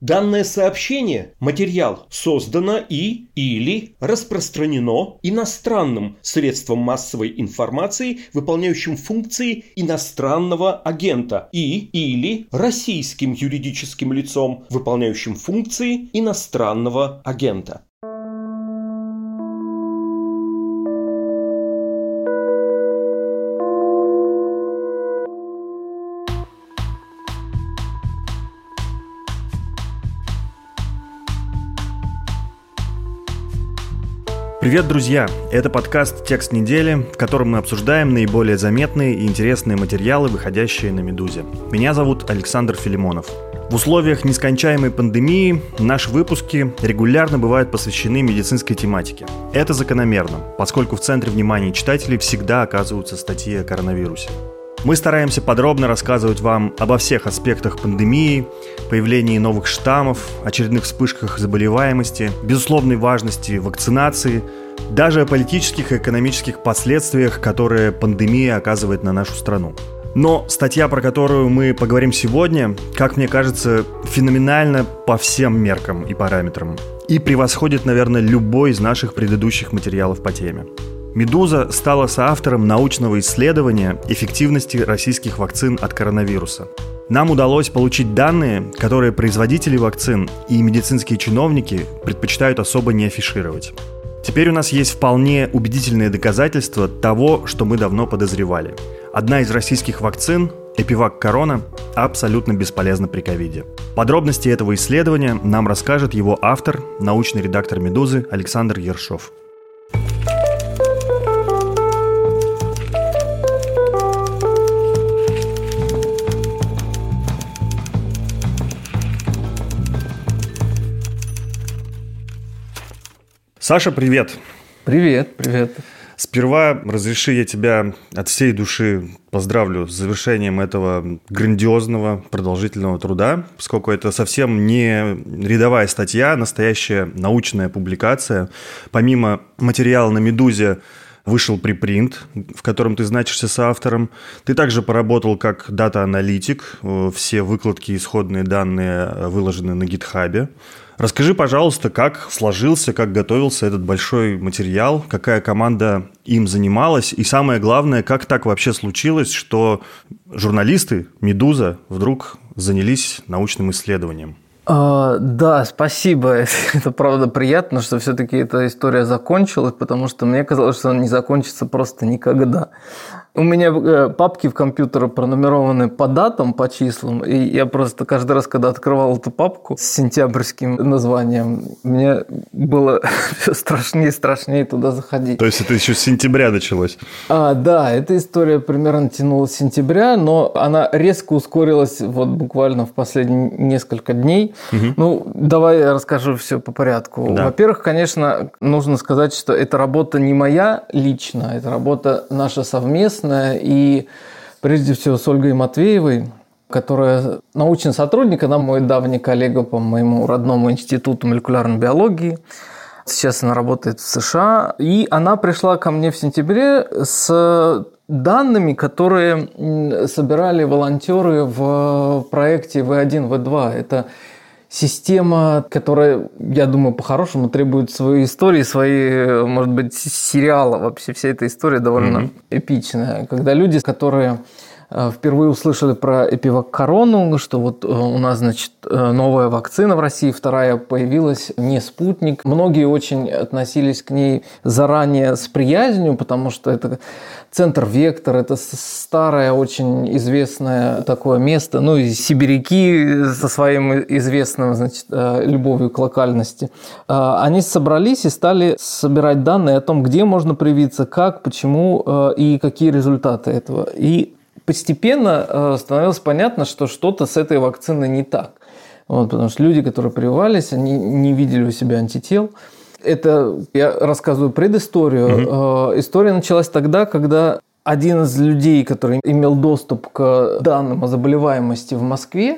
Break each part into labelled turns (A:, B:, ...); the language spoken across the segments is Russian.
A: Данное сообщение, материал, создано или распространено иностранным средством массовой информации, выполняющим функции иностранного агента, или российским юридическим лицом, выполняющим функции иностранного агента.
B: Привет, друзья! Это подкаст «Текст недели», в котором мы обсуждаем наиболее заметные и интересные материалы, выходящие на «Медузе». Меня зовут Александр Филимонов. В условиях нескончаемой пандемии наши выпуски регулярно бывают посвящены медицинской тематике. Это закономерно, поскольку в центре внимания читателей всегда оказываются статьи о коронавирусе. Мы стараемся подробно рассказывать вам обо всех аспектах пандемии, появлении новых штаммов, очередных вспышках заболеваемости, безусловной важности вакцинации, даже о политических и экономических последствиях, которые пандемия оказывает на нашу страну. Но статья, про которую мы поговорим сегодня, как мне кажется, феноменальна по всем меркам и параметрам и превосходит, наверное, любой из наших предыдущих материалов по теме. «Медуза» стала соавтором научного исследования эффективности российских вакцин от коронавируса. Нам удалось получить данные, которые производители вакцин и медицинские чиновники предпочитают особо не афишировать. Теперь у нас есть вполне убедительные доказательства того, что мы давно подозревали. Одна из российских вакцин, Эпивак Корона, абсолютно бесполезна при ковиде. Подробности этого исследования нам расскажет его автор, научный редактор «Медузы» Александр Ершов. Саша, привет!
C: Привет.
B: Сперва разреши я тебя от всей души поздравлю с завершением этого грандиозного, продолжительного труда, поскольку это совсем не рядовая статья, а настоящая научная публикация. Помимо материала на «Медузе» вышел препринт, в котором ты значишься соавтором. Ты также поработал как дата-аналитик, все выкладки, исходные данные выложены на GitHub. Расскажи, пожалуйста, как сложился, как готовился этот большой материал, какая команда им занималась, и самое главное, как так вообще случилось, что журналисты «Медуза» вдруг занялись научным исследованием?
C: Да, спасибо. Это правда приятно, что все-таки эта история закончилась, потому что мне казалось, что она не закончится просто никогда. У меня папки в компьютере пронумерованы по датам, по числам, и я просто каждый раз, когда открывал эту папку с сентябрьским названием, мне было все страшнее и страшнее туда заходить.
B: То есть это еще с сентября началось?
C: Да, эта история примерно тянулась с сентября, но она резко ускорилась вот буквально в последние несколько дней. Угу. Давай я расскажу все по порядку. Да. Во-первых, конечно, нужно сказать, что эта работа не моя лично, это работа наша совместная, и прежде всего с Ольгой Матвеевой, которая научный сотрудник, она мой давний коллега по моему родному институту молекулярной биологии. Сейчас она работает в США. И она пришла ко мне в сентябре с данными, которые собирали волонтеры в проекте V1, V2. Это система, которая, я думаю, по-хорошему требует своей истории, своей, может быть, сериала. Вообще вся эта история довольно эпичная. Когда люди, которые впервые услышали про Эпивак Корону, что вот у нас, значит, новая вакцина в России, вторая появилась, не спутник. Многие очень относились к ней заранее с приязнью, потому что это центр Вектор, это старое, очень известное такое место, и сибиряки со своим известным, значит, любовью к локальности. Они собрались и стали собирать данные о том, где можно привиться, как, почему и какие результаты этого. И постепенно становилось понятно, что что-то с этой вакциной не так. Потому что люди, которые прививались, они не видели у себя антител. Это я рассказываю предысторию. История началась тогда, когда один из людей, который имел доступ к данным о заболеваемости в Москве,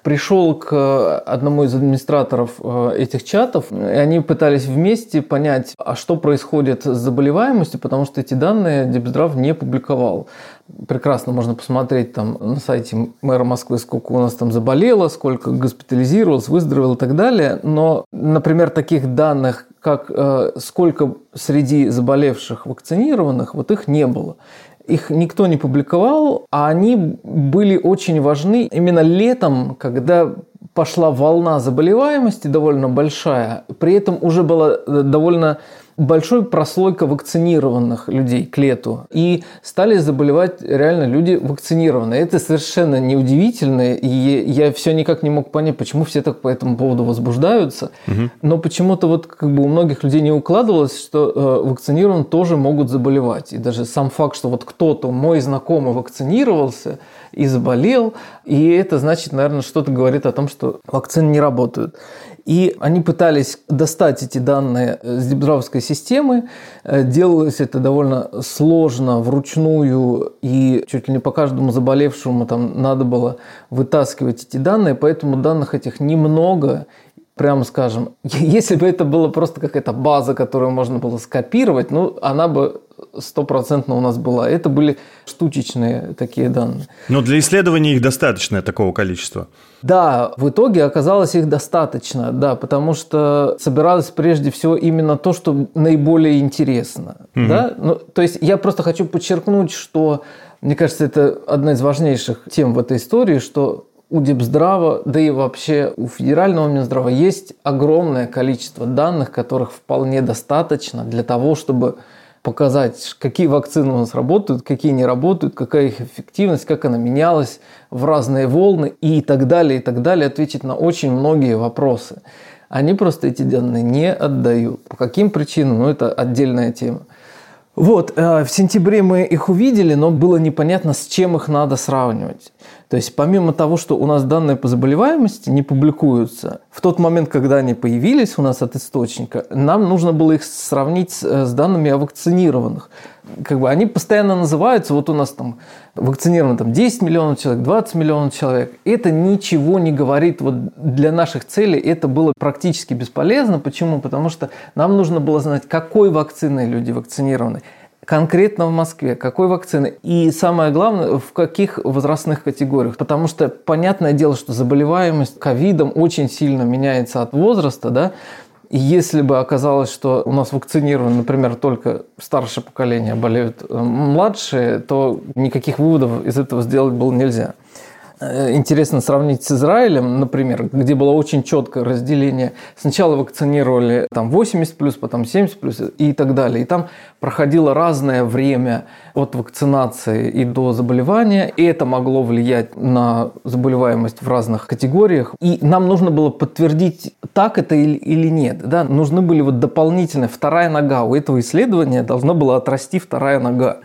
C: пришел к одному из администраторов этих чатов, и они пытались вместе понять, а что происходит с заболеваемостью, потому что эти данные Депздрав не публиковал. Прекрасно можно посмотреть там на сайте мэра Москвы, сколько у нас там заболело, сколько госпитализировалось, выздоровело и так далее. Но, например, таких данных, как сколько среди заболевших вакцинированных, вот их не было. Их никто не публиковал, а они были очень важны именно летом, когда пошла волна заболеваемости довольно большая, при этом уже была довольно большой прослойка вакцинированных людей к лету. И стали заболевать реально люди вакцинированные. Это совершенно неудивительно. И я все никак не мог понять, почему все так по этому поводу возбуждаются. Но почему-то вот как бы у многих людей не укладывалось, что вакцинированные тоже могут заболевать. И даже сам факт, что вот кто-то, мой знакомый, вакцинировался и заболел, и это значит, наверное, что-то говорит о том, что вакцины не работают. И они пытались достать эти данные с Депздравовской системы. Делалось это довольно сложно, вручную, и чуть ли не по каждому заболевшему там надо было вытаскивать эти данные, поэтому данных этих немного. Прямо скажем, если бы это была просто какая-то база, которую можно было скопировать, ну, она бы 100% у нас была. Это были штучечные такие данные.
B: Но для исследования их достаточно, такого количества?
C: Да, в итоге оказалось их достаточно, да, потому что собиралось прежде всего именно то, что наиболее интересно. Да? Ну, то есть я просто хочу подчеркнуть, что, мне кажется, это одна из важнейших тем в этой истории, что у Депздрава, да и вообще у Федерального Минздрава есть огромное количество данных, которых вполне достаточно для того, чтобы показать, какие вакцины у нас работают, какие не работают, какая их эффективность, как она менялась в разные волны и так далее, ответить на очень многие вопросы. Они просто эти данные не отдают. По каким причинам? Ну, это отдельная тема. Вот, в сентябре мы их увидели, но было непонятно, с чем их надо сравнивать. То есть, помимо того, что у нас данные по заболеваемости не публикуются, в тот момент, когда они появились у нас от источника, нам нужно было их сравнить с данными о вакцинированных. Как бы они постоянно называются, вот у нас там вакцинировано там 10 миллионов человек, 20 миллионов человек. Это ничего не говорит вот для наших целей, это было практически бесполезно. Почему? Потому что нам нужно было знать, какой вакциной люди вакцинированы. Конкретно в Москве, какой вакцины и, самое главное, в каких возрастных категориях. Потому что, понятное дело, что заболеваемость ковидом очень сильно меняется от возраста, да. И если бы оказалось, что у нас вакцинированы, например, только старшее поколение, болеют младшие, то никаких выводов из этого сделать было нельзя. Интересно сравнить с Израилем, например, где было очень четкое разделение. Сначала вакцинировали там 80+, потом 70+, и так далее. И там проходило разное время от вакцинации и до заболевания. И это могло влиять на заболеваемость в разных категориях. И нам нужно было подтвердить, так это или нет. Да? Нужны были вот дополнительная вторая нога. У этого исследования должна была отрасти вторая нога.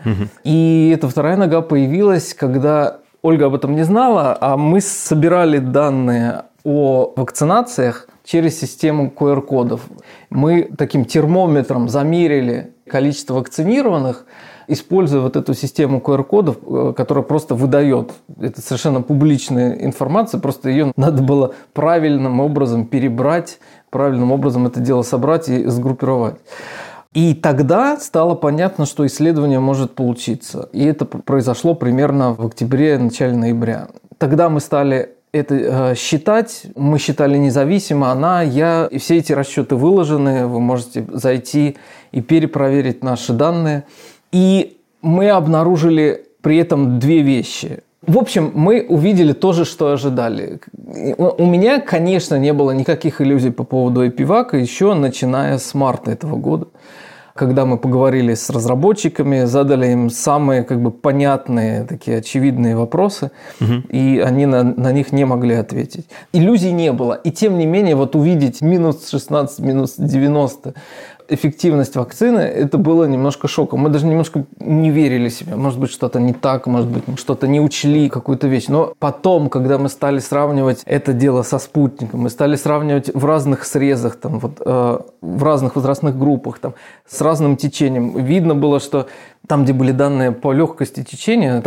C: И эта вторая нога появилась, когда Ольга об этом не знала, а мы собирали данные о вакцинациях через систему QR-кодов. Мы таким термометром замерили количество вакцинированных, используя вот эту систему QR-кодов, которая просто выдает. Это совершенно публичная информация, просто ее надо было правильным образом перебрать, правильным образом это дело собрать и сгруппировать. И тогда стало понятно, что исследование может получиться. И это произошло примерно в октябре, начале ноября. Тогда мы стали это считать. Мы считали независимо, она, я. И все эти расчеты выложены. Вы можете зайти и перепроверить наши данные. И мы обнаружили при этом две вещи. В общем, мы увидели то же, что ожидали. У меня, конечно, не было никаких иллюзий по поводу Эпивака еще начиная с марта этого года, когда мы поговорили с разработчиками, задали им самые понятные, такие очевидные вопросы, и они на них не могли ответить. Иллюзий не было. И тем не менее, вот увидеть минус 16, минус 90 эффективность вакцины, это было немножко шоком. Мы даже немножко не верили себе. Может быть, что-то не так, может быть, что-то не учли, какую-то вещь. Но потом, когда мы стали сравнивать это дело со спутником, мы стали сравнивать в разных срезах, там, вот, в разных возрастных группах, там, с разным течением, видно было, что там, где были данные по легкости течения, там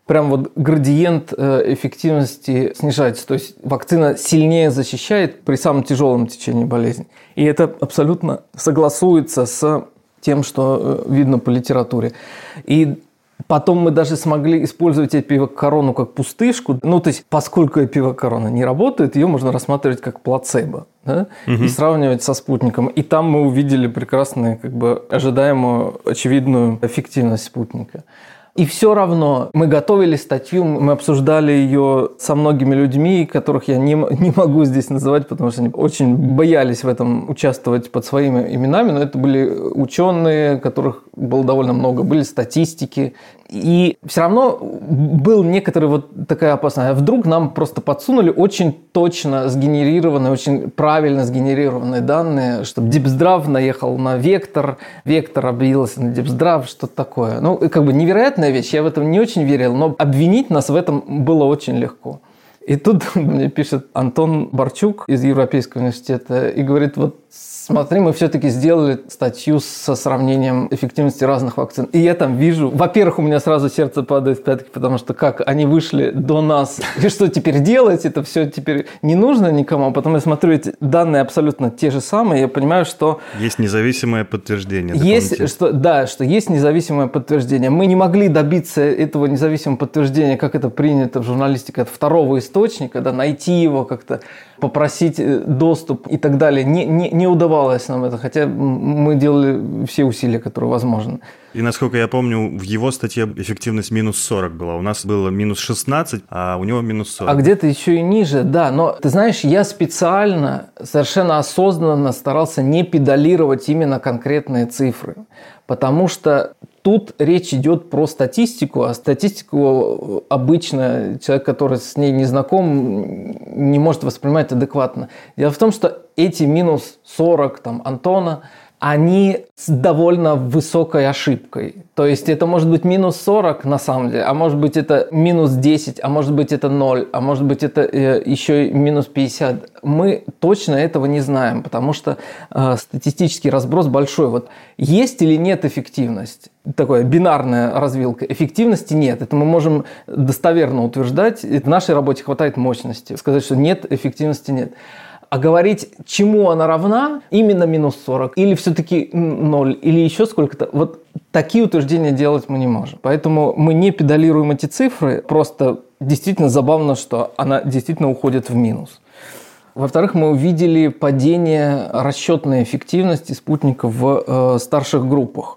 C: прям вот градиент эффективности снижается. То есть вакцина сильнее защищает при самом тяжелом течении болезни. И это абсолютно согласуется с тем, что видно по литературе. И потом мы даже смогли использовать эпиваккорону как пустышку. Ну, то есть, поскольку эпиваккорона не работает, ее можно рассматривать как плацебо, да? И сравнивать со спутником. И там мы увидели прекрасную, как бы ожидаемую, очевидную эффективность спутника. И все равно мы готовили статью, мы обсуждали ее со многими людьми, которых я не могу здесь называть, потому что они очень боялись в этом участвовать под своими именами, но это были ученые, которых было довольно много, были статистики. И все равно был некоторый вот такая опасность. А вдруг нам просто подсунули очень точно сгенерированные, очень правильно сгенерированные данные, что Дипздрав наехал на Вектор, Вектор объявился на Дипздрав, что-то такое. Ну, как бы невероятная вещь, я в этом не очень верил, но обвинить нас в этом было очень легко. И тут мне пишет Антон Борчук из Европейского университета и говорит, вот смотри, мы все-таки сделали статью со сравнением эффективности разных вакцин. И я там вижу, во-первых, у меня сразу сердце падает в пятки, потому что как они вышли до нас, и что теперь делать, это все теперь не нужно никому. А потом я смотрю, эти данные абсолютно те же самые, я понимаю, что...
B: Есть независимое подтверждение.
C: Есть, что есть независимое подтверждение. Мы не могли добиться этого независимого подтверждения, как это принято в журналистике, от второго источника, да, найти его как-то, попросить доступ и так далее. Не удавалось нам это, хотя мы делали все усилия, которые возможны.
B: И, насколько я помню, в его статье эффективность минус 40 была. У нас было минус 16, а у него минус 40.
C: А где-то еще и ниже, да. Но, ты знаешь, я специально, совершенно осознанно старался не педалировать именно конкретные цифры. Потому что тут речь идет про статистику, а статистику обычно человек, который с ней не знаком, не может воспринимать адекватно. Дело в том, что эти минус 40 там, Антона, они с довольно высокой ошибкой. То есть это может быть минус 40 на самом деле, а может быть это минус 10, а может быть это 0, а может быть это еще и минус 50. Мы точно этого не знаем, потому что статистический разброс большой. Вот есть или нет эффективность? Такая бинарная развилка. Эффективности нет. Это мы можем достоверно утверждать. В нашей работе хватает мощности. Сказать, что нет, эффективности нет. А говорить, чему она равна, именно минус 40, или все-таки 0, или еще сколько-то, вот такие утверждения делать мы не можем. Поэтому мы не педалируем эти цифры, просто действительно забавно, что она действительно уходит в минус. Во-вторых, мы увидели падение расчетной эффективности спутников в старших группах.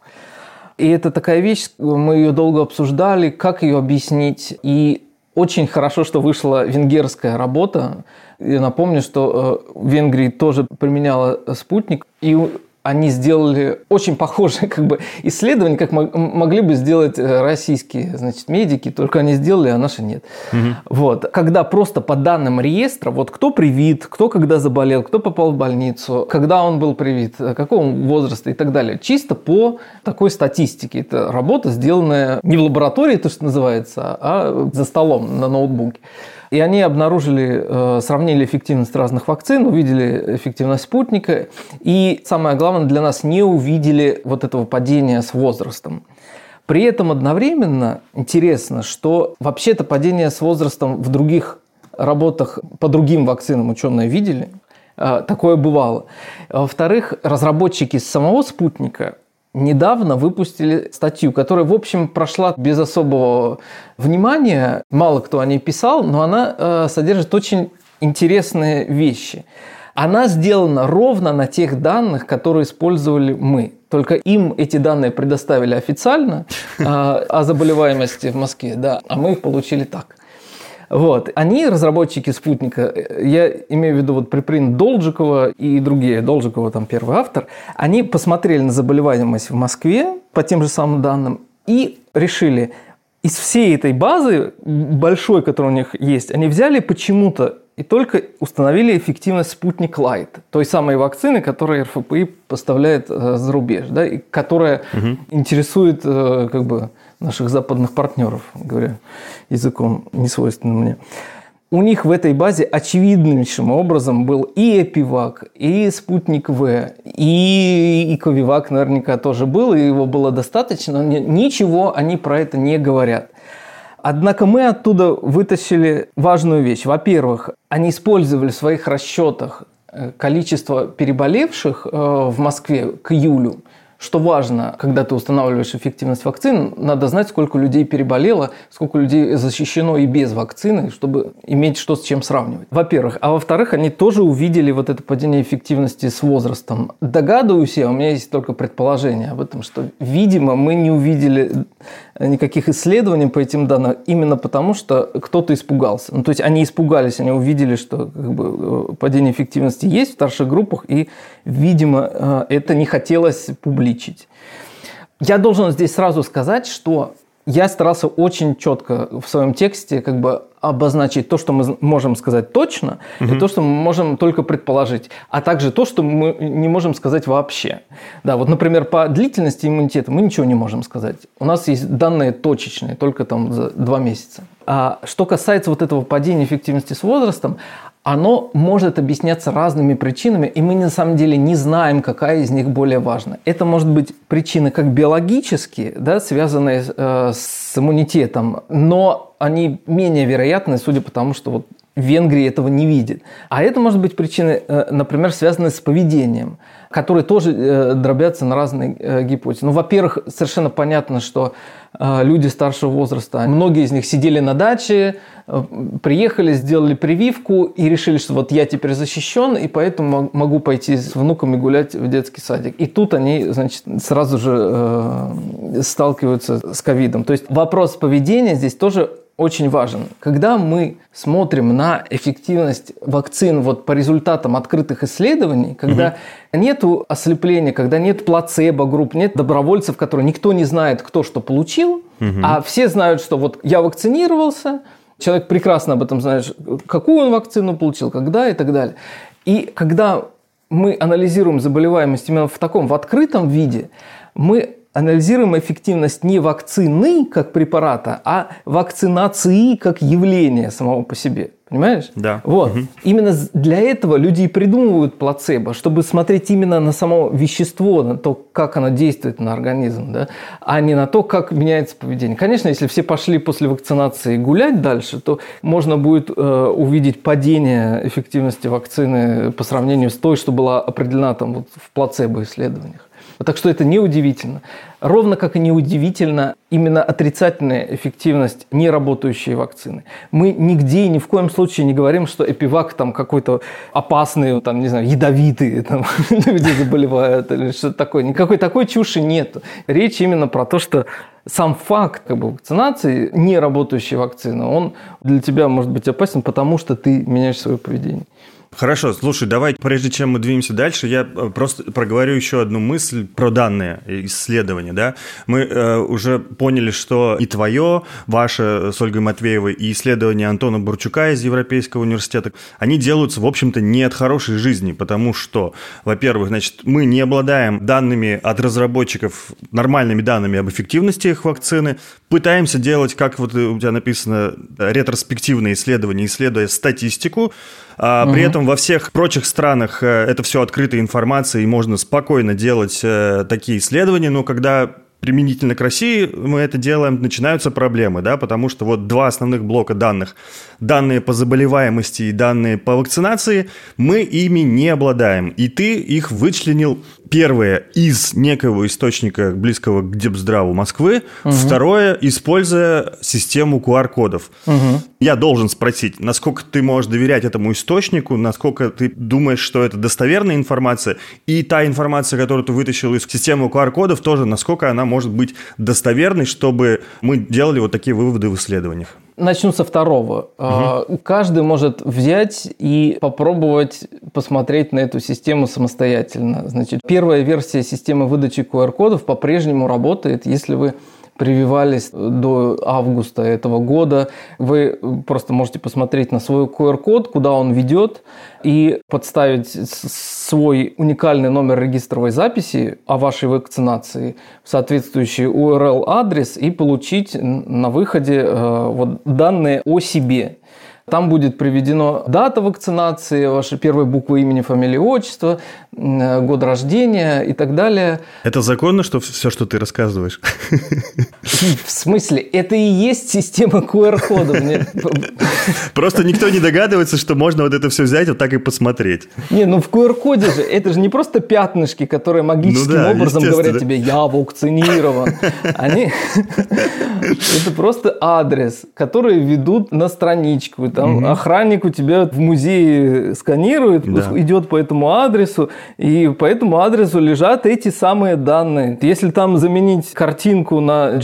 C: И это такая вещь, мы ее долго обсуждали, как ее объяснить. И очень хорошо, что вышла венгерская работа. Я напомню, что в Венгрии тоже применяла спутник, и они сделали очень похожее исследование, как могли бы сделать российские медики, только они сделали, а наши нет. Вот. Когда просто по данным реестра, вот кто привит, кто когда заболел, кто попал в больницу, когда он был привит, какого возраста и так далее. Чисто по такой статистике. Это работа, сделанная не в лаборатории, то, что называется, а за столом на ноутбуке. И они обнаружили, сравнили эффективность разных вакцин, увидели эффективность спутника. И самое главное, для нас не увидели вот этого падения с возрастом. При этом одновременно интересно, что вообще-то падение с возрастом в других работах по другим вакцинам ученые видели. Такое бывало. Во-вторых, разработчики самого спутника недавно выпустили статью, которая, в общем, прошла без особого внимания. Мало кто о ней писал, но она содержит очень интересные вещи. Она сделана ровно на тех данных, которые использовали мы. Только им эти данные предоставили официально о заболеваемости в Москве, да, а мы их получили так. Вот. Они, разработчики спутника, я имею в виду препринт Должикова и другие, Должикова там первый автор, они посмотрели на заболеваемость в Москве по тем же самым данным и решили, из всей этой базы большой, которая у них есть, они взяли почему-то и только установили эффективность «Спутник Лайт», той самой вакцины, которую РФПИ поставляет за рубеж, да, и которая интересует наших западных партнеров, говоря языком несвойственным мне. У них в этой базе очевиднейшим образом был и Эпивак, и Спутник В, и Ковивак наверняка тоже был, и его было достаточно, но ничего они про это не говорят. Однако мы оттуда вытащили важную вещь. Во-первых, они использовали в своих расчетах количество переболевших в Москве к июлю. Что важно, когда ты устанавливаешь эффективность вакцин, надо знать, сколько людей переболело, сколько людей защищено и без вакцины, чтобы иметь что с чем сравнивать. Во-первых. А во-вторых, они тоже увидели вот это падение эффективности с возрастом. Догадываюсь я, у меня есть только предположение об этом, что, видимо, мы не увидели никаких исследований по этим данным именно потому, что кто-то испугался. То есть они испугались, они увидели, что падение эффективности есть в старших группах, и, видимо, это не хотелось публичить. Я должен здесь сразу сказать, что я старался очень четко в своем тексте обозначить то, что мы можем сказать точно, и то, что мы можем только предположить, а также то, что мы не можем сказать вообще. Да, вот, например, по длительности иммунитета мы ничего не можем сказать. У нас есть данные точечные, только за 2 месяца. А что касается вот этого падения эффективности с возрастом, оно может объясняться разными причинами, и мы на самом деле не знаем, какая из них более важна. Это может быть причины как биологические, да, связанные с иммунитетом, но они менее вероятны, судя по тому, что вот в Венгрии этого не видят. А это может быть причины, например, связанные с поведением, которые тоже дробятся на разные гипотезы. Во-первых, совершенно понятно, что люди старшего возраста, многие из них сидели на даче, приехали, сделали прививку и решили, что вот я теперь защищен, и поэтому могу пойти с внуками гулять в детский садик. И тут они, сразу же сталкиваются с ковидом. То есть вопрос поведения здесь тоже очень важен. Когда мы смотрим на эффективность вакцин по результатам открытых исследований, когда нету ослепления, когда нет плацебо-групп, нет добровольцев, которые никто не знает, кто что получил, а все знают, что я вакцинировался, человек прекрасно об этом знает, какую он вакцину получил, когда и так далее. И когда мы анализируем заболеваемость именно в открытом виде, мы анализируем эффективность не вакцины как препарата, а вакцинации как явления самого по себе. Понимаешь?
B: Да.
C: Именно для этого люди и придумывают плацебо, чтобы смотреть именно на само вещество, на то, как оно действует на организм, да? А не на то, как меняется поведение. Конечно, если все пошли после вакцинации гулять дальше, то можно будет увидеть падение эффективности вакцины по сравнению с той, что была определена в плацебо-исследованиях. Так что это неудивительно. Ровно как и неудивительно именно отрицательная эффективность неработающей вакцины. Мы нигде и ни в коем случае не говорим, что эпивак какой-то опасный, ядовитый, люди заболевают или что-то такое. Никакой такой чуши нет. Речь именно про то, что сам факт вакцинации, неработающей вакцины, он для тебя может быть опасен, потому что ты меняешь свое поведение.
B: Хорошо, слушай, давай, прежде чем мы двинемся дальше, я просто проговорю еще одну мысль про данные исследования. Да? Мы уже поняли, что и твое, ваше с Ольгой Матвеевой, и исследования Антона Бурчука из Европейского университета, они делаются, в общем-то, не от хорошей жизни, потому что, во-первых, мы не обладаем данными от разработчиков, нормальными данными об эффективности их вакцины, пытаемся делать, как у тебя написано, ретроспективные исследования, исследуя статистику. При этом во всех прочих странах это все открытая информация, и можно спокойно делать такие исследования, но когда применительно к России мы это делаем, начинаются проблемы, да, потому что 2 основных блока данных, данные по заболеваемости и данные по вакцинации, мы ими не обладаем, и ты их вычленил, первое, из некого источника, близкого к Депздраву Москвы, второе, используя систему QR-кодов. Я должен спросить, насколько ты можешь доверять этому источнику, насколько ты думаешь, что это достоверная информация, и та информация, которую ты вытащил из системы QR-кодов, тоже, насколько она может быть достоверной, чтобы мы делали такие выводы в исследованиях.
C: Начну со второго. Каждый может взять и попробовать посмотреть на эту систему самостоятельно. Первая версия системы выдачи QR-кодов по-прежнему работает, если вы прививались до августа этого года. Вы просто можете посмотреть на свой QR-код, куда он ведет, и подставить свой уникальный номер регистровой записи о вашей вакцинации в соответствующий URL-адрес и получить на выходе данные о себе. Там будет приведена дата вакцинации, ваши первые буквы имени, фамилии, отчества, год рождения и так далее.
B: Это законно, что все, что ты рассказываешь?
C: В смысле? Это и есть система QR-кодов.
B: Просто никто не догадывается, что можно вот это все взять, вот так и посмотреть.
C: Не, ну в QR-коде же, это же не просто пятнышки, которые магическим образом говорят тебе «я вакцинирован». Это просто адрес, который ведут на страничку. Там охранник у тебя в музее сканирует, идет по этому адресу, и по этому адресу лежат эти самые данные. Если там заменить картинку на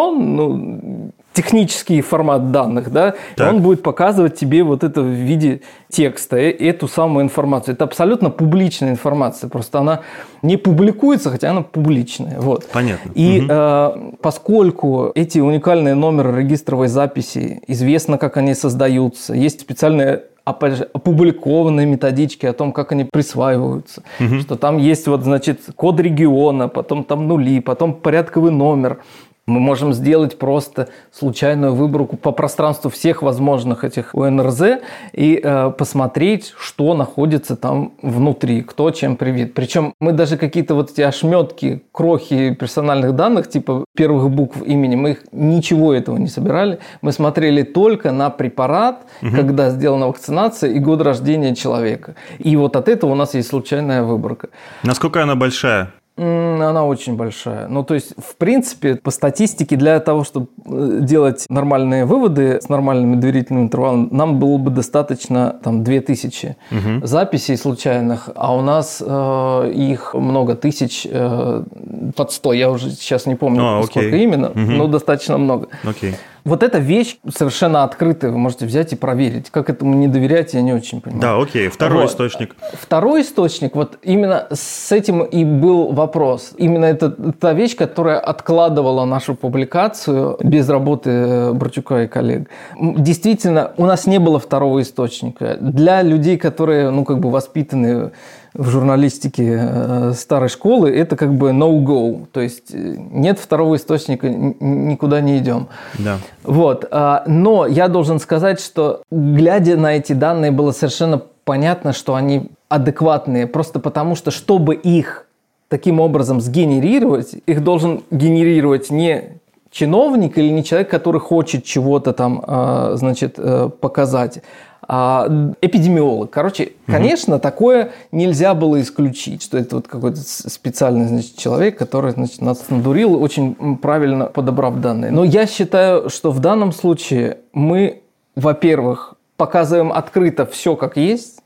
C: JSON, технический формат данных, да, он будет показывать тебе вот это в виде текста, эту самую информацию. Это абсолютно публичная информация, просто она не публикуется, хотя она публичная. Вот.
B: Понятно.
C: И поскольку эти уникальные номеры регистровой записи, известно, как они создаются, есть специальные опубликованные методички о том, как они присваиваются, что там есть вот, значит, код региона, потом там нули, потом порядковый номер. Мы можем сделать просто случайную выборку по пространству всех возможных этих УНРЗ и посмотреть, что находится там внутри, кто чем привит. Причем мы даже какие-то вот эти ошметки, крохи персональных данных, типа первых букв имени, мы ничего этого не собирали. Мы смотрели только на препарат, когда сделана вакцинация, и год рождения человека. И вот от этого у нас есть случайная выборка.
B: Насколько она большая?
C: Она очень большая. Ну, то есть, в принципе, по статистике, для того, чтобы делать нормальные выводы с нормальными доверительными интервалами, нам было бы достаточно там 2000 записей случайных, а у нас их много тысяч, под 100. Я уже сейчас не помню, сколько именно, но достаточно много. Вот эта вещь совершенно открытая, вы можете взять и проверить. Как этому не доверять, я не очень понимаю.
B: Да, окей. Второй источник.
C: Второй источник, вот именно с этим и был вопрос. Именно это та вещь, которая откладывала нашу публикацию без работы Борчука и коллег. Действительно, у нас не было второго источника. Для людей, которые, воспитаны в журналистике старой школы, это как бы no-go. То есть нет второго источника, никуда не идем.
B: Да.
C: Вот. Но я должен сказать, что глядя на эти данные, было совершенно понятно, что они адекватные. Просто потому, что чтобы их таким образом сгенерировать, их должен генерировать не чиновник или не человек, который хочет чего-то там, показать, эпидемиолог. Короче, конечно, такое нельзя было исключить, что это вот какой-то специальный, человек, который, нас надурил, очень правильно подобрав данные. Но я считаю, что в данном случае мы, во-первых, показываем открыто все как есть,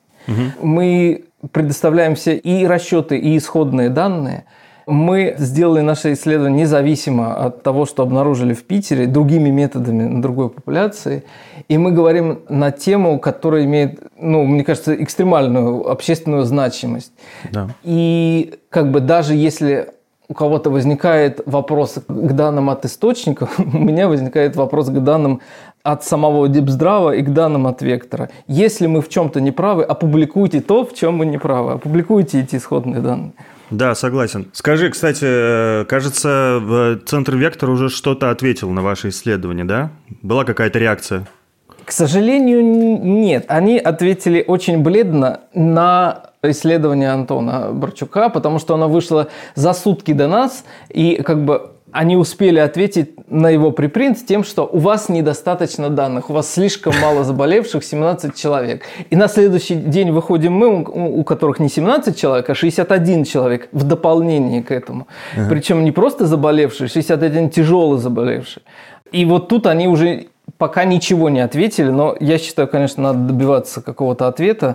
C: мы предоставляем все и расчеты, и исходные данные. Мы сделали наше исследование независимо от того, что обнаружили в Питере, другими методами на другой популяции. И мы говорим на тему, которая имеет, мне кажется, экстремальную общественную значимость. Да. И даже если у кого-то возникает вопрос к данным от источников, у меня возникает вопрос к данным от самого Дипздрава и к данным от Вектора. Если мы в чем-то не правы, опубликуйте то, в чем мы не правы. Опубликуйте эти исходные данные.
B: Да, согласен. Скажи, кстати, кажется, Центр Вектор уже что-то ответил на ваше исследование, да? Была какая-то реакция?
C: К сожалению, нет. Они ответили очень бледно на исследование Антона Борчука, потому что оно вышло за сутки до нас, и они успели ответить на его припринт тем, что у вас недостаточно данных, у вас слишком мало заболевших, 17 человек. И на следующий день выходим мы, у которых не 17 человек, а 61 человек в дополнение к этому. Причем не просто заболевшие, 61 тяжело заболевшие. И вот тут они уже пока ничего не ответили, но я считаю, конечно, надо добиваться какого-то ответа.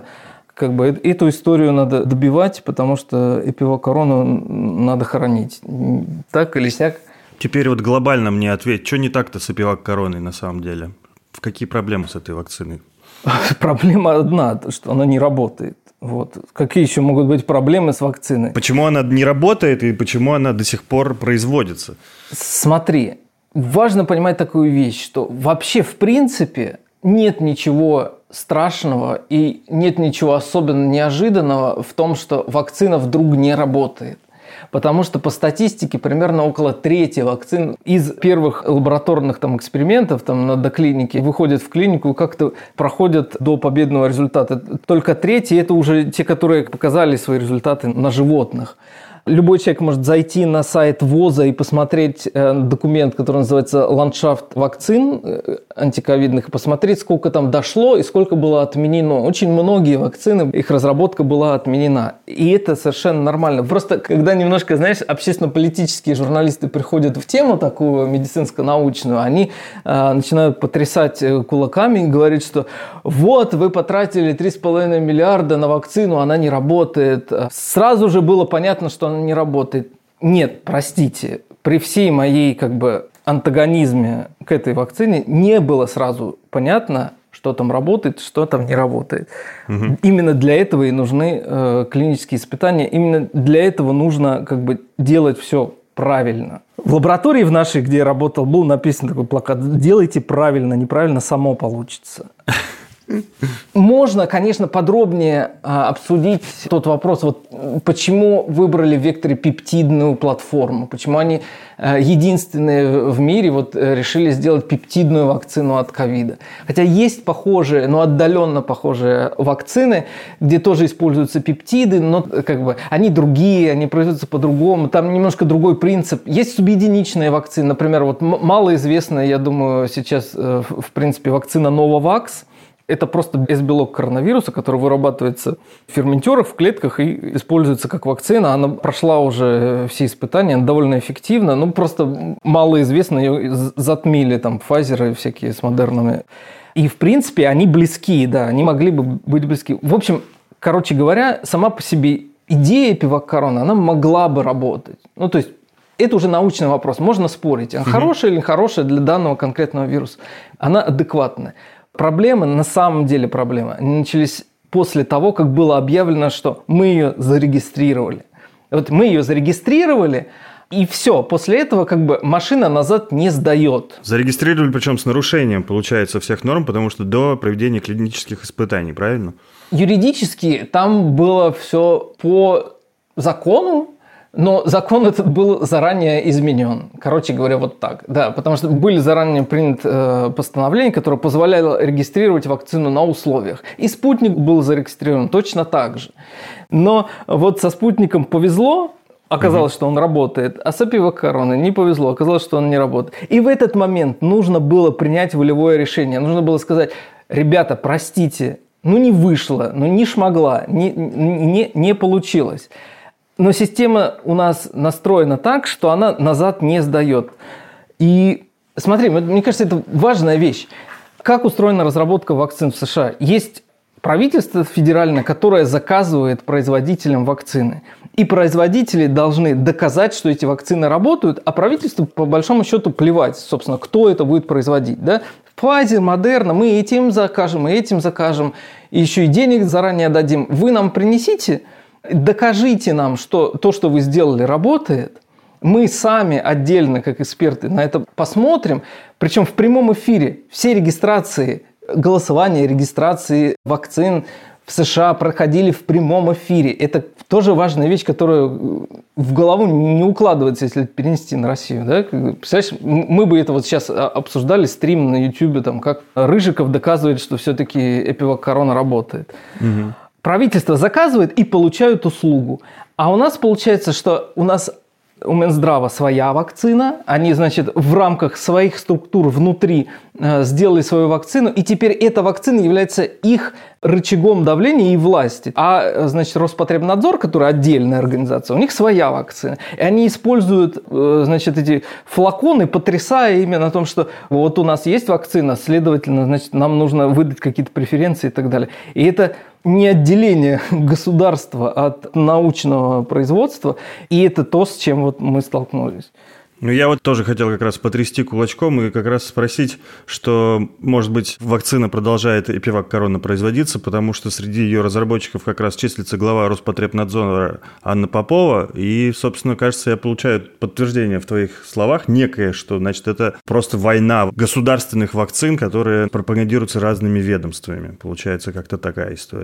C: Эту историю надо добивать, потому что эпивакорону надо хоронить. Так или сяк.
B: Теперь вот глобально мне ответь, что не так-то с эпивак-короной на самом деле? Какие проблемы с этой вакциной?
C: Проблема одна, что она не работает. Вот. Какие еще могут быть проблемы с вакциной?
B: Почему она не работает и почему она до сих пор производится?
C: Смотри, важно понимать такую вещь, что вообще в принципе нет ничего страшного и нет ничего особенно неожиданного в том, что вакцина вдруг не работает. потому что по статистике примерно около трети вакцин из первых лабораторных экспериментов на доклинике выходят в клинику и как-то проходят до победного результата. Только трети – это уже те, которые показали свои результаты на животных. Любой человек может зайти на сайт ВОЗа и посмотреть документ, который называется «Ландшафт вакцин антиковидных», и посмотреть, сколько там дошло и сколько было отменено. Очень многие вакцины, их разработка была отменена. И это совершенно нормально. Просто когда немножко, общественно-политические журналисты приходят в тему такую медицинско-научную, они начинают потрясать кулаками и говорить, что вот вы потратили 3,5 миллиарда на вакцину, она не работает. Сразу же было понятно, что она не работает. Нет, простите, при всей моей антагонизме к этой вакцине не было сразу понятно, что там работает, что там не работает. Угу. Именно для этого и нужны клинические испытания. Именно для этого нужно делать все правильно. В лаборатории в нашей, где я работал, был написан такой плакат: «Делайте правильно, неправильно само получится». Можно, конечно, подробнее обсудить тот вопрос, почему выбрали в Векторе пептидную платформу, почему они единственные в мире решили сделать пептидную вакцину от ковида. Хотя есть похожие, но отдаленно похожие вакцины, где тоже используются пептиды, но они другие, они производятся по-другому, там немножко другой принцип. Есть субъединичные вакцины, например, малоизвестная, я думаю, сейчас, в принципе, вакцина Novavax. Это просто S-белок коронавируса, который вырабатывается в ферментерах, в клетках и используется как вакцина. Она прошла уже все испытания, она довольно эффективна, просто малоизвестно, ее затмили Pfizer и всякие с Модернами. И, в принципе, они близки, да, они могли бы быть близки. В общем, короче говоря, сама по себе идея пивак-корона, она могла бы работать. То есть, это уже научный вопрос, можно спорить, она хорошая или нехорошая для данного конкретного вируса. Она адекватная. Проблемы, на самом деле проблемы, они начались после того, как было объявлено, что мы ее зарегистрировали. Мы ее зарегистрировали, и все. После этого машина назад не сдает.
B: Зарегистрировали, причем с нарушением, получается, всех норм, потому что до проведения клинических испытаний, правильно?
C: Юридически там было все по закону, но закон этот был заранее изменен. Короче говоря, так. Да, потому что были заранее приняты постановления, которые позволяло регистрировать вакцину на условиях. И спутник был зарегистрирован точно так же. Но со спутником повезло, оказалось, что он работает, а с пивак-короной не повезло, оказалось, что он не работает. И в этот момент нужно было принять волевое решение. Нужно было сказать: ребята, простите, не вышло, не шмогла, не получилось. Но система у нас настроена так, что она назад не сдает. И смотри, мне кажется, это важная вещь. Как устроена разработка вакцин в США? Есть правительство федеральное, которое заказывает производителям вакцины. И производители должны доказать, что эти вакцины работают, а правительству, по большому счету, плевать, собственно, кто это будет производить. Да? Pfizer, Moderna, мы этим закажем, и этим закажем, и еще и денег заранее дадим. Вы нам принесите... Докажите нам, что то, что вы сделали, работает. Мы сами отдельно, как эксперты, на это посмотрим. Причем в прямом эфире все регистрации, голосования, регистрации вакцин в США проходили в прямом эфире. Это тоже важная вещь, которая в голову не укладывается, если перенести на Россию. Да? Представляешь, мы бы это сейчас обсуждали, стрим на YouTube, как Рыжиков доказывает, что все-таки пивак-корона работает. Угу. Правительство заказывает и получают услугу. А у нас получается, что у Минздрава своя вакцина. Они, в рамках своих структур внутри сделали свою вакцину. И теперь эта вакцина является их рычагом давления и власти. А, Роспотребнадзор, который отдельная организация, у них своя вакцина. И они используют, эти флаконы, потрясая именно о том, что у нас есть вакцина, следовательно, нам нужно выдать какие-то преференции и так далее. И это не отделение государства от научного производства, и это то, с чем мы столкнулись.
B: Я тоже хотел как раз потрясти кулачком и как раз спросить, что, может быть, вакцина продолжает пивак-корона производиться, потому что среди ее разработчиков как раз числится глава Роспотребнадзора Анна Попова, и, собственно, кажется, я получаю подтверждение в твоих словах некое, что, это просто война государственных вакцин, которые пропагандируются разными ведомствами. Получается, как-то такая история.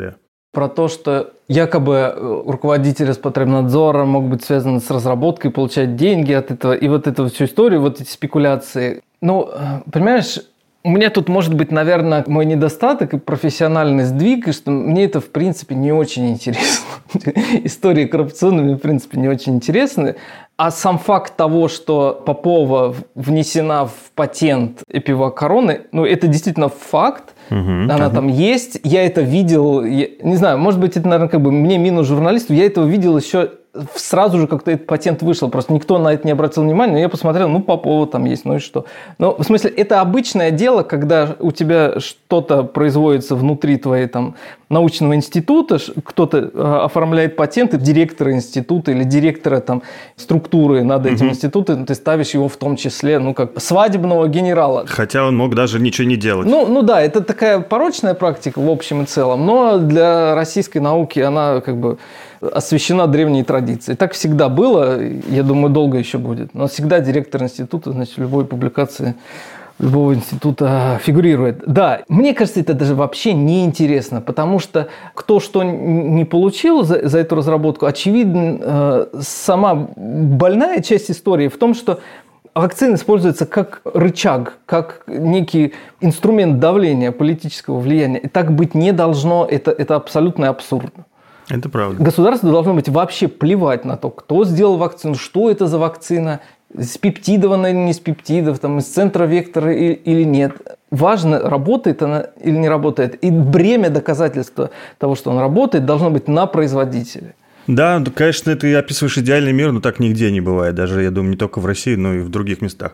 C: про то, что якобы руководитель Роспотребнадзора мог быть связан с разработкой, получать деньги от этого, и вот эту всю историю, вот эти спекуляции. Ну, понимаешь, у меня тут может быть, наверное, мой недостаток и профессиональный сдвиг, и что мне это, в принципе, не очень интересно. Истории коррупционные мне, в принципе, не очень интересны. А сам факт того, что Попова внесена в патент Эпивак Короны, ну, это действительно факт. Она там есть. Я это видел. Не знаю, может быть, это, наверное, как бы мне минус журналисту. Я этого видел еще сразу же, как-то этот патент вышел. Просто никто на это не обратил внимания. Но я посмотрел, ну, Попова там есть, ну и что. Ну, в смысле, это обычное дело, когда у тебя что-то производится внутри твоей там научного института, кто-то оформляет патенты, директора института или директора там структуры над этим институтом, ты ставишь его в том числе, ну, как свадебного генерала.
B: Хотя он мог даже ничего не делать.
C: Ну да, это такая порочная практика в общем и целом, но для российской науки она как бы освящена древней традицией. Так всегда было, я думаю, долго еще будет. Но всегда директор института, значит, в любой публикации любого института фигурирует. Да, мне кажется, это даже вообще не интересно, потому что кто что не получил за эту разработку, очевидно, сама больная часть истории в том, что вакцина используется как рычаг, как некий инструмент давления, политического влияния. И так быть не должно, это абсолютно абсурдно.
B: Это правда.
C: Государству должно быть вообще плевать на то, кто сделал вакцину, что это за вакцина, спептидована или не спептидов, там, из центра вектора или нет. Важно, работает она или не работает. И бремя доказательства того, что он работает, должно быть на производителе.
B: Да, конечно, ты описываешь идеальный мир, но так нигде не бывает. Даже, я думаю, не только в России, но и в других местах.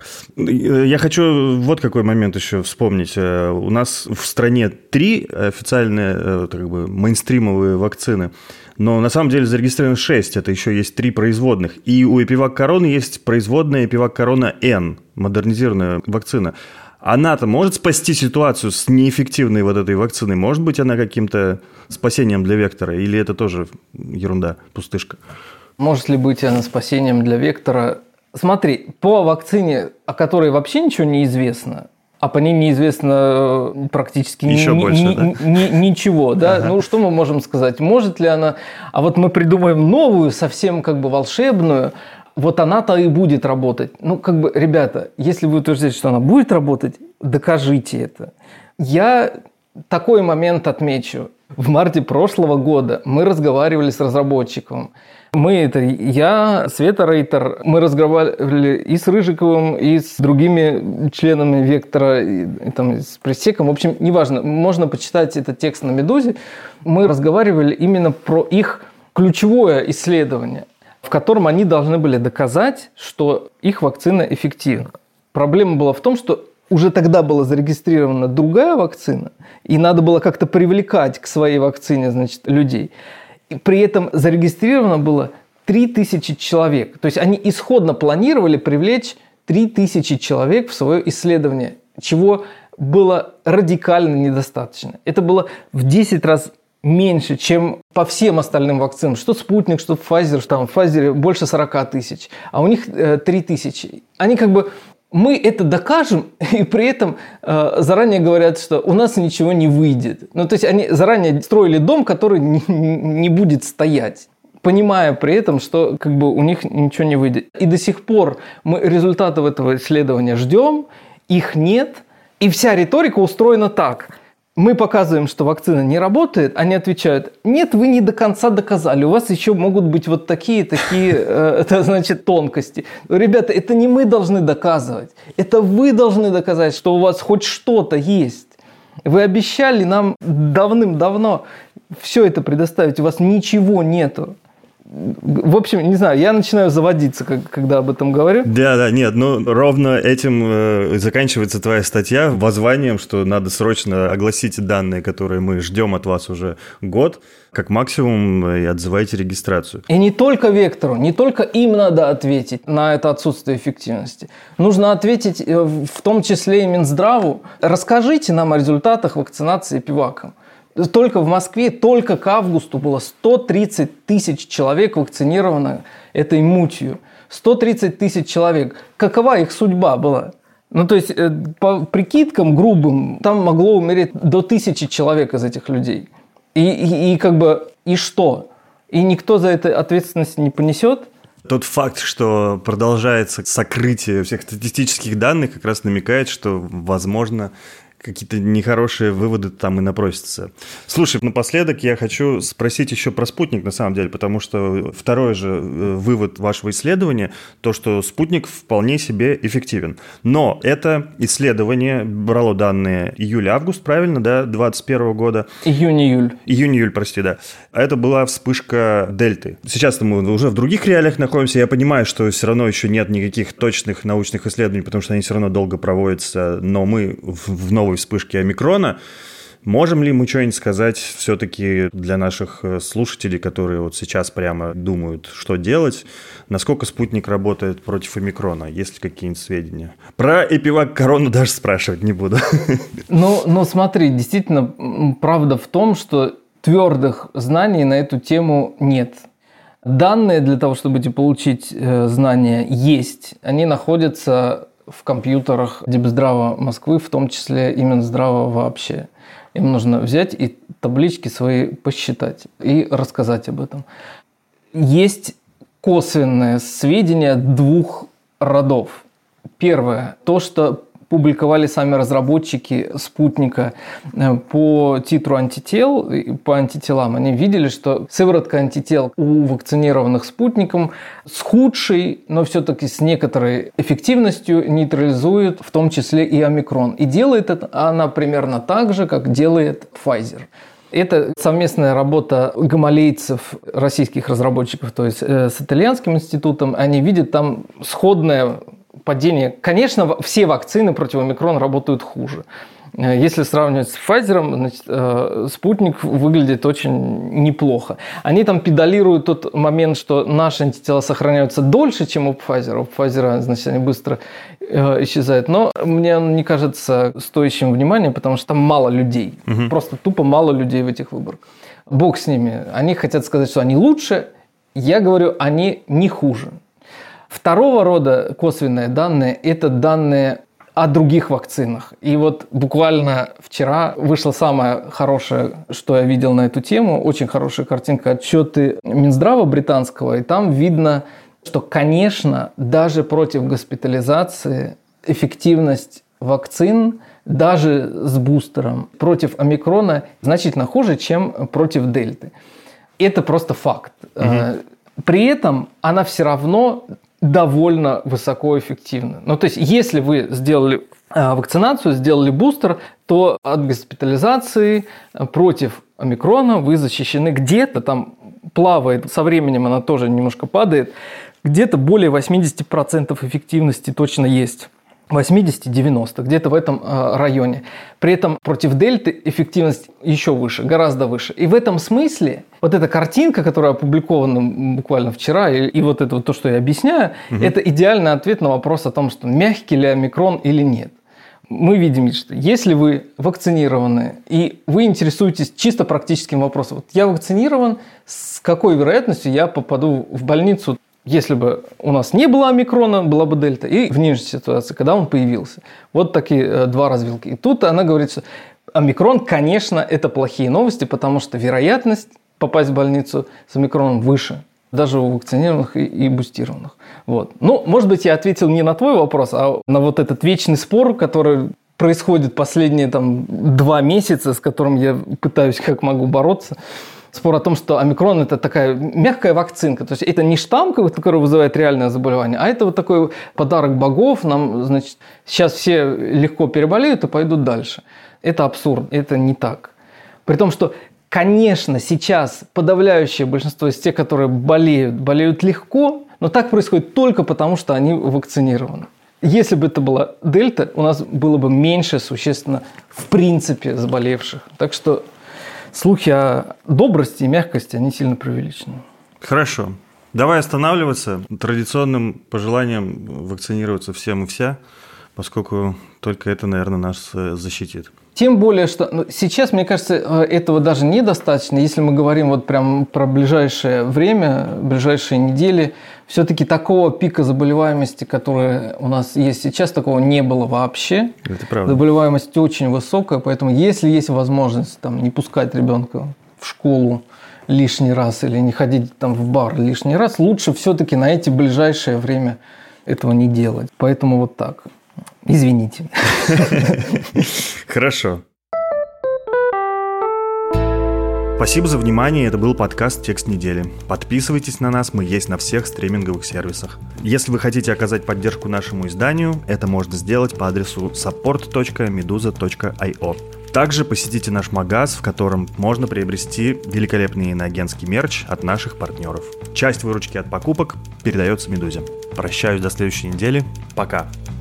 B: Я хочу вот какой момент еще вспомнить. У нас в стране 3 официальные, как бы, мейнстримовые вакцины. Но на самом деле зарегистрировано 6, это еще есть 3 производных. И у Эпивак Короны есть производная Эпивак Корона N, модернизированная вакцина. Она-то может спасти ситуацию с неэффективной вот этой вакциной? Может быть, она каким-то спасением для вектора? Или это тоже ерунда, пустышка?
C: Может ли быть она спасением для вектора? Смотри, по вакцине, о которой вообще ничего не известно, а по ней неизвестно практически ничего. Да? Ага. Ну, что мы можем сказать? Может ли она... А вот мы придумаем новую, совсем как бы волшебную, вот она-то и будет работать. Ну, как бы, ребята, если вы утверждаете, что она будет работать, докажите это. Я такой момент отмечу. В марте прошлого года мы разговаривали с разработчиком. Я, Света Рейтер, мы разговаривали и с Рыжиковым, и с другими членами Вектора, и там, с пресс-секом. В общем, неважно, можно почитать этот текст на «Медузе». Мы разговаривали именно про их ключевое исследование, в котором они должны были доказать, что их вакцина эффективна. Проблема была в том, что уже тогда была зарегистрирована другая вакцина, и надо было как-то привлекать к своей вакцине, значит, людей. И при этом зарегистрировано было 3000 человек. То есть они исходно планировали привлечь 3000 человек в свое исследование, чего было радикально недостаточно. Это было в 10 раз меньше, чем по всем остальным вакцинам. Что Спутник, что Pfizer, что там в Pfizer больше 40 тысяч, а у них 3000. Они как бы, мы это докажем, и при этом заранее говорят, что у нас ничего не выйдет. Ну, то есть они заранее строили дом, который не будет стоять, понимая при этом, что как бы у них ничего не выйдет. И до сих пор мы результатов этого исследования ждем, их нет, и вся риторика устроена так. Мы показываем, что вакцина не работает, они отвечают: нет, вы не до конца доказали, у вас еще могут быть вот такие это значит тонкости. Ребята, это не мы должны доказывать, это вы должны доказать, что у вас хоть что-то есть. Вы обещали нам давным-давно все это предоставить, у вас ничего нету. В общем, не знаю, я начинаю заводиться, когда об этом говорю.
B: Да, нет, ну ровно этим заканчивается твоя статья воззванием, что надо срочно огласить данные, которые мы ждем от вас уже год, как максимум, и отзывайте регистрацию.
C: И не только Вектору, не только им надо ответить на это отсутствие эффективности. Нужно ответить в том числе и Минздраву. Расскажите нам о результатах вакцинации Эпиваком. Только в Москве, только к августу было 130 тысяч человек вакцинировано этой мутью. 130 тысяч человек. Какова их судьба была? Ну, то есть, по прикидкам грубым, там могло умереть до 1000 человек из этих людей. И как бы, и что? И никто за это ответственность не понесет?
B: Тот факт, что продолжается сокрытие всех статистических данных, как раз намекает, что, возможно, какие-то нехорошие выводы там и напросятся. Слушай, напоследок я хочу спросить еще про спутник, на самом деле, потому что второй же вывод вашего исследования, то, что спутник вполне себе эффективен. Но это исследование брало данные июль-август, правильно, да, 2021 года?
C: Июнь-июль.
B: Июнь-июль, прости, да. А это была вспышка дельты. Сейчас мы уже в других реалиях находимся. Я понимаю, что все равно еще нет никаких точных научных исследований, потому что они все равно долго проводятся, но мы в новой вспышки омикрона. Можем ли мы что-нибудь сказать все-таки для наших слушателей, которые вот сейчас прямо думают, что делать, насколько спутник работает против омикрона? Есть ли какие-нибудь сведения? Про эпивак-корону даже спрашивать не буду.
C: Ну, смотри, действительно, правда в том, что твердых знаний на эту тему нет. Данные для того, чтобы получить знания, есть. Они находятся в компьютерах Дипздрава Москвы, в том числе и Минздрава вообще. Им нужно взять и таблички свои посчитать и рассказать об этом. Есть косвенные сведения двух родов. Первое, то, что публиковали сами разработчики спутника по титру антител, по антителам. Они видели, что сыворотка антител у вакцинированных спутником с худшей, но все-таки с некоторой эффективностью нейтрализует в том числе и омикрон. И делает это она примерно так же, как делает Pfizer. Это совместная работа гамалейцев, российских разработчиков, то есть с итальянским институтом. Они видят там сходное падение. Конечно, все вакцины против омикрона работают хуже. Если сравнивать с Pfizer, значит, спутник выглядит очень неплохо. Они там педалируют тот момент, что наши антитела сохраняются дольше, чем у Pfizer. У Pfizer, значит, они быстро исчезают. Но мне он не кажется стоящим внимания, потому что там мало людей. Просто тупо мало людей в этих выборах. Бог с ними. Они хотят сказать, что они лучше. Я говорю, они не хуже. Второго рода косвенные данные – это данные о других вакцинах. И вот буквально вчера вышло самое хорошее, что я видел на эту тему. Очень хорошая картинка, отчеты Минздрава британского. И там видно, что, конечно, даже против госпитализации эффективность вакцин, даже с бустером, против омикрона значительно хуже, чем против дельты. Это просто факт. При этом она все равно довольно высокоэффективно. Ну, то есть, если вы сделали вакцинацию, сделали бустер, то от госпитализации против омикрона вы защищены где-то, там плавает, со временем она тоже немножко падает, где-то более 80% эффективности точно есть. 80-90, где-то в этом районе. При этом против дельты эффективность еще выше, гораздо выше. И в этом смысле вот эта картинка, которая опубликована буквально вчера, и вот это вот то, что я объясняю, это идеальный ответ на вопрос о том, что мягкий ли омикрон или нет. Мы видим, что если вы вакцинированы, и вы интересуетесь чисто практическим вопросом, вот я вакцинирован, с какой вероятностью я попаду в больницу, если бы у нас не было омикрона, была бы дельта, и в нижней ситуации, когда он появился. Вот такие два развилки. И тут она говорит, что омикрон, конечно, это плохие новости, потому что вероятность попасть в больницу с омикроном выше, даже у вакцинированных и бустированных. Вот. Ну, может быть, я ответил не на твой вопрос, а на вот этот вечный спор, который происходит последние 2 месяца, с которым я пытаюсь как могу бороться. Спор о том, что омикрон – это такая мягкая вакцинка. То есть, это не штамм, который вызывает реальное заболевание, а это вот такой подарок богов. Нам, значит, сейчас все легко переболеют и пойдут дальше. Это абсурд, это не так. При том, что, конечно, сейчас подавляющее большинство из тех, которые болеют легко, но так происходит только потому, что они вакцинированы. Если бы это была дельта, у нас было бы меньше существенно в принципе заболевших. Так что слухи о добрости и мягкости, они сильно преувеличены.
B: Хорошо. Давай останавливаться. Традиционным пожеланием вакцинироваться всем и вся, поскольку только это, наверное, нас защитит.
C: Тем более, что сейчас, мне кажется, этого даже недостаточно. Если мы говорим вот прям про ближайшее время, ближайшие недели, все-таки такого пика заболеваемости, который у нас есть сейчас, такого не было вообще.
B: Это правда.
C: Заболеваемость очень высокая, поэтому если есть возможность не пускать ребенка в школу лишний раз или не ходить там в бар лишний раз, лучше все-таки на эти ближайшее время этого не делать. Поэтому вот так. Извините.
B: Хорошо. Спасибо за внимание, это был подкаст «Текст недели». Подписывайтесь на нас, мы есть на всех стриминговых сервисах. Если вы хотите оказать поддержку нашему изданию, это можно сделать по адресу support.meduza.io. Также посетите наш магаз, в котором можно приобрести великолепный иноагентский мерч от наших партнеров. Часть выручки от покупок передается «Медузе». Прощаюсь до следующей недели. Пока!